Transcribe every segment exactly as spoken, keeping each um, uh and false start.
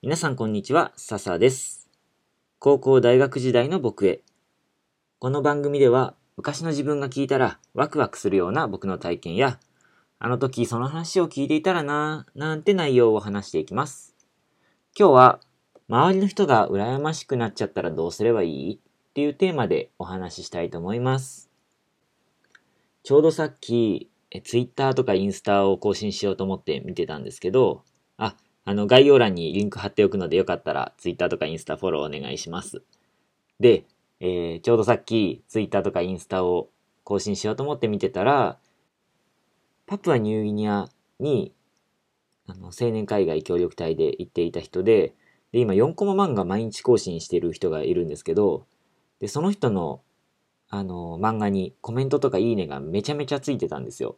皆さんこんにちは、笹です。高校大学時代の僕へ。この番組では昔の自分が聞いたらワクワクするような僕の体験や、あの時その話を聞いていたらなぁなんて内容を話していきます。今日は周りの人が羨ましくなっちゃったらどうすればいいっていうテーマでお話ししたいと思います。ちょうどさっきツイッターとかインスタを更新しようと思って見てたんですけど、あ、あの概要欄にリンク貼っておくのでよかったらツイッターとかインスタフォローお願いします。で、えー、ちょうどさっきツイッターとかインスタを更新しようと思って見てたら、パプアニューギニアにあの青年海外協力隊で行っていた人で、で今よんコマ漫画毎日更新してる人がいるんですけど、でその人のあの漫画にコメントとかいいねがめちゃめちゃついてたんですよ。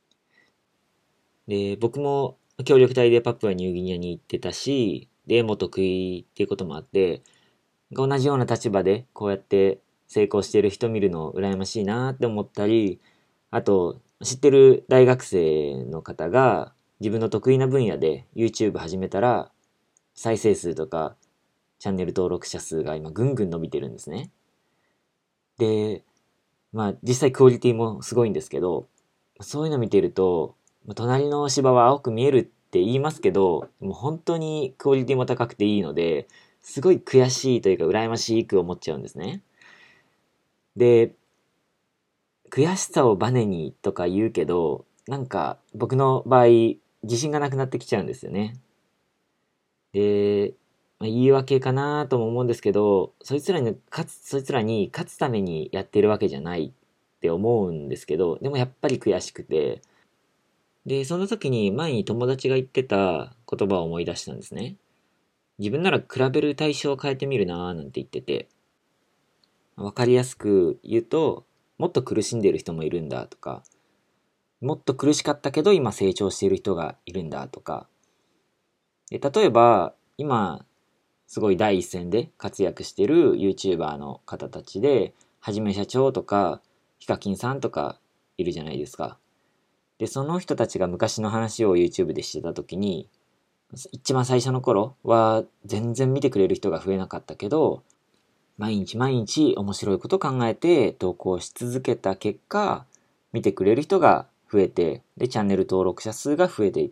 で、僕も協力隊でパプアニューギニアに行ってたし、で、絵も得意っていうこともあって、同じような立場でこうやって成功している人見るの羨ましいなって思ったり、あと、知ってる大学生の方が自分の得意な分野で YouTube 始めたら、再生数とかチャンネル登録者数が今ぐんぐん伸びてるんですね。で、まあ実際クオリティもすごいんですけど、そういうの見てると、隣の芝は青く見えるって言いますけど、もう本当にクオリティも高くていいので、すごい悔しいというか羨ましく思っちゃうんですね。で、悔しさをバネにとか言うけど、なんか僕の場合、自信がなくなってきちゃうんですよね。で、まあ、言い訳かなとも思うんですけど、そいつらに勝つ、そいつらに勝つためにやってるわけじゃないって思うんですけど、でもやっぱり悔しくて、で、その時に前に友達が言ってた言葉を思い出したんですね。自分なら比べる対象を変えてみるなーなんて言ってて、わかりやすく言うと、もっと苦しんでいる人もいるんだとか、もっと苦しかったけど今成長している人がいるんだとか、で例えば今すごい第一線で活躍している YouTuber の方たちで、はじめ社長とかヒカキンさんとかいるじゃないですか。で、その人たちが昔の話を YouTube でしてた時に、一番最初の頃は全然見てくれる人が増えなかったけど、毎日毎日面白いこと考えて投稿し続けた結果、見てくれる人が増えて、で、チャンネル登録者数が増えていって、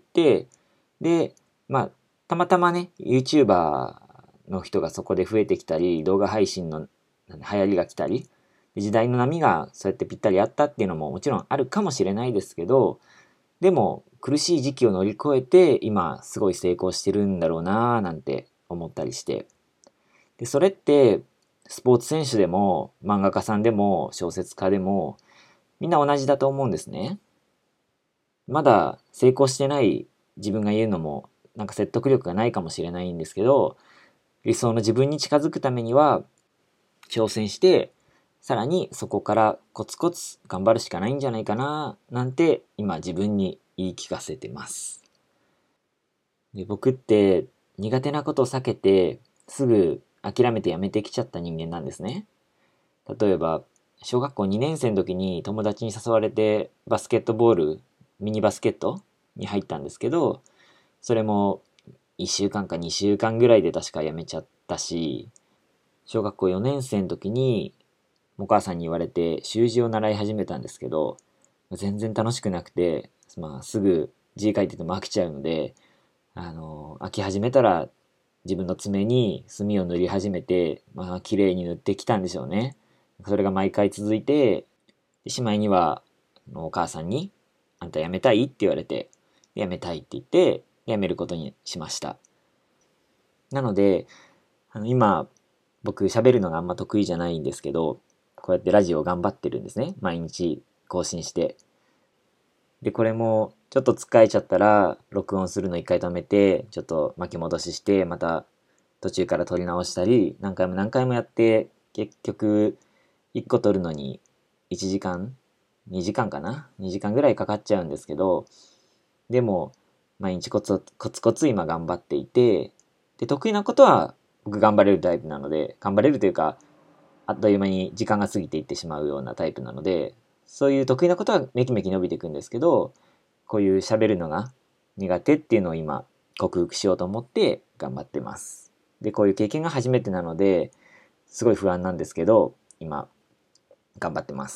で、まあ、たまたまね、YouTuber の人がそこで増えてきたり、動画配信の流行りが来たり、時代の波がそうやってぴったりあったっていうのももちろんあるかもしれないですけど、でも苦しい時期を乗り越えて今すごい成功してるんだろうなーなんて思ったりして。で、それってスポーツ選手でも漫画家さんでも小説家でもみんな同じだと思うんですね。まだ成功してない自分が言うのもなんか説得力がないかもしれないんですけど、理想の自分に近づくためには挑戦して、さらにそこからコツコツ頑張るしかないんじゃないかななんて今自分に言い聞かせてます。で、僕って苦手なことを避けてすぐ諦めてやめてきちゃった人間なんですね。例えば小学校にねん生の時に友達に誘われてバスケットボール、ミニバスケットに入ったんですけど、それもいっしゅうかんかにしゅうかんぐらいで確かやめちゃったし、小学校よねん生の時にお母さんに言われて習字を習い始めたんですけど、全然楽しくなくて、まあ、すぐ字書いてても飽きちゃうので、あの、飽き始めたら自分の爪に墨を塗り始めて、まあ、綺麗に塗ってきたんでしょうね。それが毎回続いて、でしまいには、お母さんに、あんた辞めたいって言われて、辞めたいって言って、辞めることにしました。なので、あの今、僕喋るのがあんま得意じゃないんですけど、こうやってラジオを頑張ってるんですね。毎日更新して。で、これもちょっと疲れちゃったら、録音するの一回止めて、ちょっと巻き戻しして、また途中から撮り直したり、何回も何回もやって、結局、いっこ撮るのにいちじかん ?に 時間かな ?に 時間ぐらいかかっちゃうんですけど、でも、毎日コツコツコツ今頑張っていて、で、得意なことは僕頑張れるタイプなので、頑張れるというか、あっという間に時間が過ぎていってしまうようなタイプなので、そういう得意なことはめきめき伸びていくんですけど、こういう喋るのが苦手っていうのを今克服しようと思って頑張ってます。で、こういう経験が初めてなので、すごい不安なんですけど、今、頑張ってます。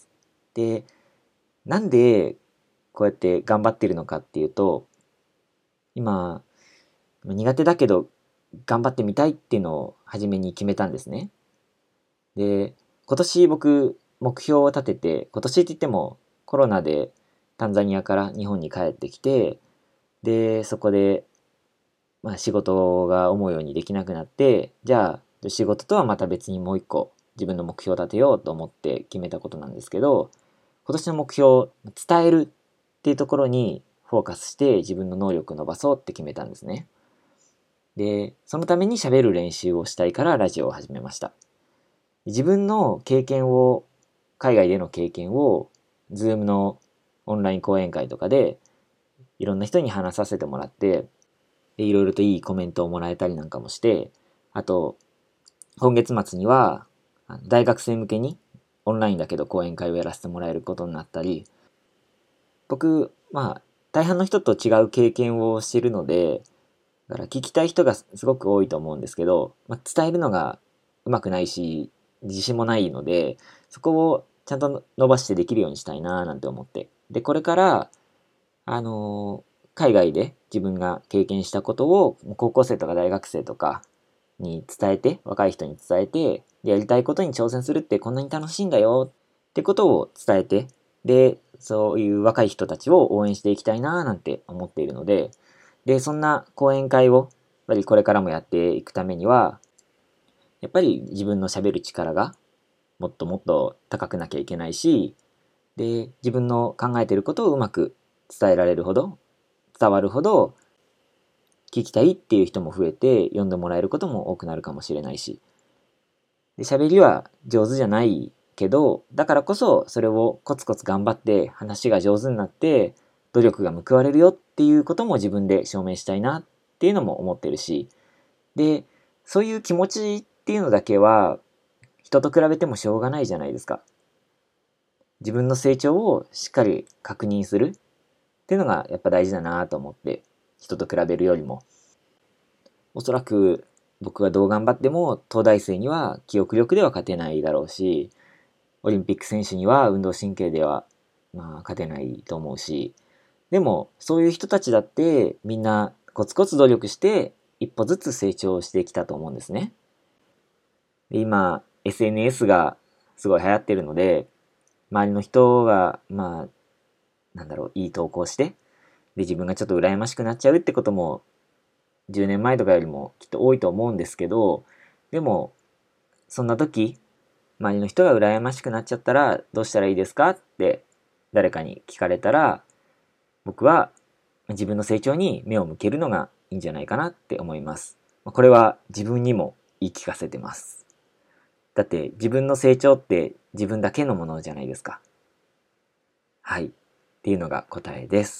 で、なんでこうやって頑張ってるのかっていうと、今、苦手だけど頑張ってみたいっていうのを初めに決めたんですね。で、今年僕、目標を立てて、今年って言ってもコロナでタンザニアから日本に帰ってきて、で、そこで、まあ仕事が思うようにできなくなって、じゃあ仕事とはまた別にもう一個自分の目標を立てようと思って決めたことなんですけど、今年の目標、伝えるっていうところにフォーカスして自分の能力を伸ばそうって決めたんですね。で、そのために喋る練習をしたいからラジオを始めました。自分の経験を、海外での経験を、ズームのオンライン講演会とかでいろんな人に話させてもらって、でいろいろといいコメントをもらえたりなんかもして、あと、今月末には大学生向けにオンラインだけど講演会をやらせてもらえることになったり、僕、まあ、大半の人と違う経験をしているので、だから聞きたい人がすごく多いと思うんですけど、まあ、伝えるのがうまくないし、自信もないので、そこをちゃんと伸ばしてできるようにしたいななんて思って。で、これから、あのー海外で自分が経験したことを高校生とか大学生とかに伝えて、若い人に伝えて、でやりたいことに挑戦するってこんなに楽しいんだよってことを伝えて、で、そういう若い人たちを応援していきたいななんて思っているので、で、そんな講演会をやっぱりこれからもやっていくためには、やっぱり自分の喋る力がもっともっと高くなきゃいけないし、で、自分の考えていることをうまく伝えられるほど、伝わるほど、聞きたいっていう人も増えて、読んでもらえることも多くなるかもしれないし、で、喋りは上手じゃないけど、だからこそそれをコツコツ頑張って話が上手になって、努力が報われるよっていうことも自分で証明したいなっていうのも思ってるし、で、そういう気持ちっていうのだけは人と比べてもしょうがないじゃないですか。自分の成長をしっかり確認するっていうのがやっぱ大事だなと思って、人と比べるよりも。おそらく僕はどう頑張っても東大生には記憶力では勝てないだろうし、オリンピック選手には運動神経ではまあ勝てないと思うし、でもそういう人たちだってみんなコツコツ努力して一歩ずつ成長してきたと思うんですね。で今 エスエヌエス がすごい流行ってるので、周りの人がまあなんだろういい投稿して、で自分がちょっと羨ましくなっちゃうってこともじゅうねんまえとかよりもきっと多いと思うんですけど、でもそんな時周りの人が羨ましくなっちゃったらどうしたらいいですかって誰かに聞かれたら、僕は自分の成長に目を向けるのがいいんじゃないかなって思います。これは自分にも言い聞かせてます。だって自分の成長って自分だけのものじゃないですか。はい。っていうのが答えです。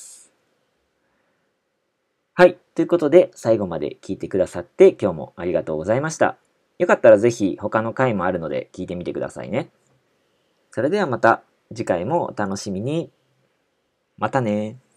はい。ということで最後まで聞いてくださって今日もありがとうございました。よかったらぜひ他の回もあるので聞いてみてくださいね。それではまた次回もお楽しみに。またね。